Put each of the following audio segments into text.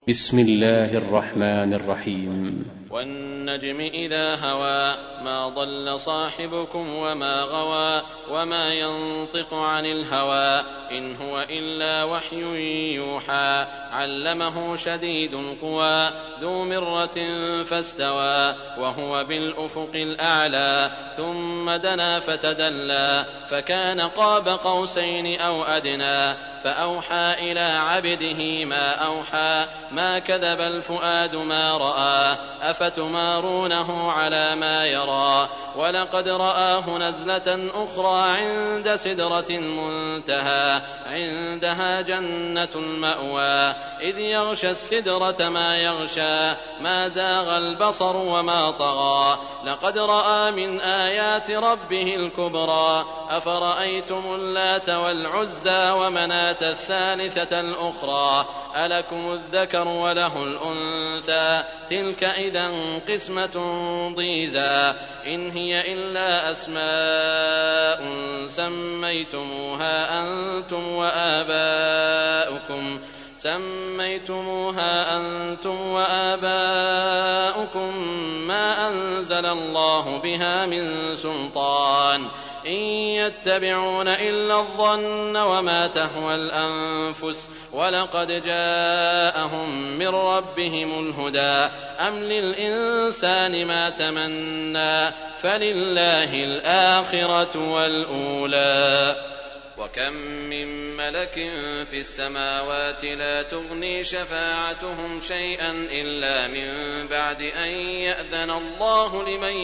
بسم الله الرحمن الرحيم. والنجم إذا هوى ما ضل صاحبكم وما غوى وما ينطق عن الهوى إن هو إلا وحي يوحى علمه شديد القوى ذو مرة فاستوى وهو بالأفق الأعلى ثم دنا فتدلى فكان قاب قوسين أو أدنى فأوحى إلى عبده ما أوحى ما كذب الفؤاد ما رأى أفتمارونه على ما يرى ولقد رآه نزلة أخرى عند سدرة المنتهى عندها جنة المأوى إذ يغشى السدرة ما يغشى ما زاغ البصر وما طغى لقد رأى من آيات ربه الكبرى أفرأيتم اللات والعزى ومناة الثالثة الأخرى ألكم الذكر وله الأنثى تلك إذا قسمة ضيزى إن هي إلا أسماء سميتموها أنتم وآباؤكم ما أنزل الله بها من سلطان إن يتبعون إلا الظن وما تهوى الأنفس ولقد جاءهم من ربهم الهدى أم للإنسان ما تمنى فلله الآخرة والأولى وكم من ملك في السماوات لا تغني شفاعتهم شيئا إلا من بعد أن يأذن الله لمن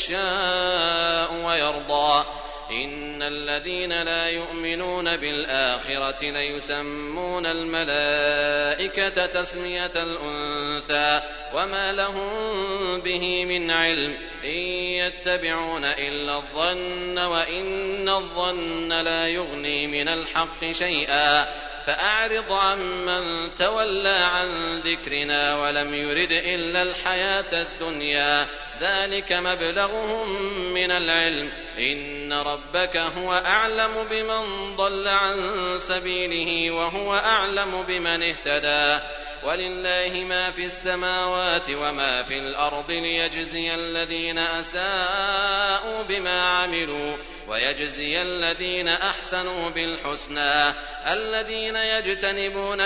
يشاء ويرضى إن الذين لا يؤمنون بالآخرة ليسمون الملائكة تسمية الأنثى وما لهم به من علم إن يتبعون إلا الظن وإن الظن لا يغني من الحق شيئا فأعرض عمن تولى عن ذكرنا ولم يرد إلا الحياة الدنيا ذلك مبلغهم من العلم إن ربك هو أعلم بمن ضل عن سبيله وهو أعلم بمن اهتدى ولله ما في السماوات وما في الأرض ليجزي الذين أساءوا بما عملوا ويجزي الذين أحسنوا بالحسنى الذين يجتنبون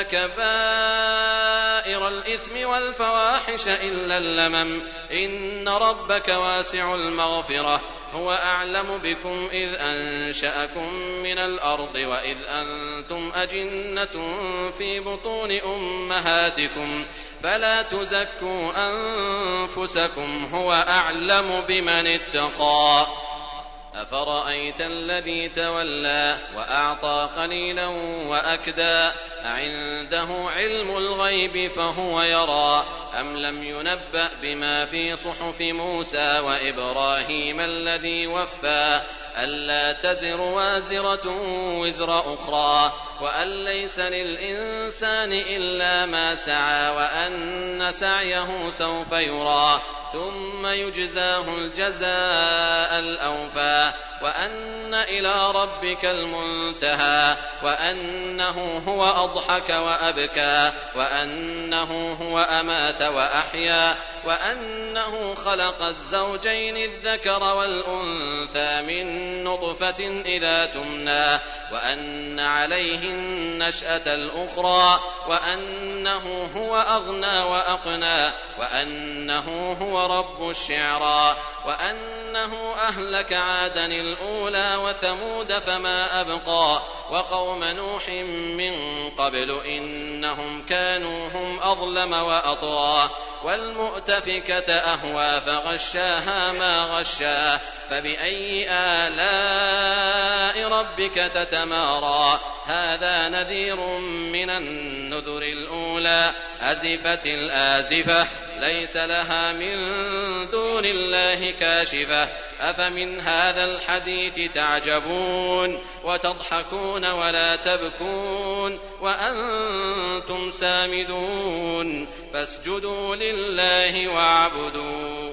كبائر الإثم والفواحش إلا اللمم إن ربك واسع المغفرة هو أعلم بكم إذ أنشأكم من الأرض وإذ أنتم أجنة في بطون أمهاتكم فلا تزكوا أنفسكم هو أعلم بمن اتقى أفرأيت الذي تولى وأعطى قليلا وأكدى عنده علم الغيب فهو يرى أم لم ينبأ بما في صحف موسى وإبراهيم الذي وفى ألا تزر وازرة وزر أخرى وأن ليس للإنسان إلا ما سعى وأن سعيه سوف يرى ثم يجزاه الجزاء الأوفى وأن إلى ربك المنتهى وأنه هو أضحك وأبكى وأنه هو أمات وأحيا وأنه خلق الزوجين الذكر والأنثى من نطفة إذا تمنى وأن عليه النشأة الأخرى وأنه هو أغنى وأقنى وأنه هو رب الشعرى وأنه أهلك عادا الأولى وثمود فما أبقى وقوم نوح من قبل إنهم كانوا هم أظلم وأطغى والمؤتفكة أهوى فغشاها ما غشا فبأي آلاء ربك تتمارى هذا نذير من النذر الأولى أزفت الآزفة ليس لها من دون الله كاشفة أفمن هذا الحديث تعجبون وتضحكون ولا تبكون وأنتم سامدون فاسجدوا لله واعبدوا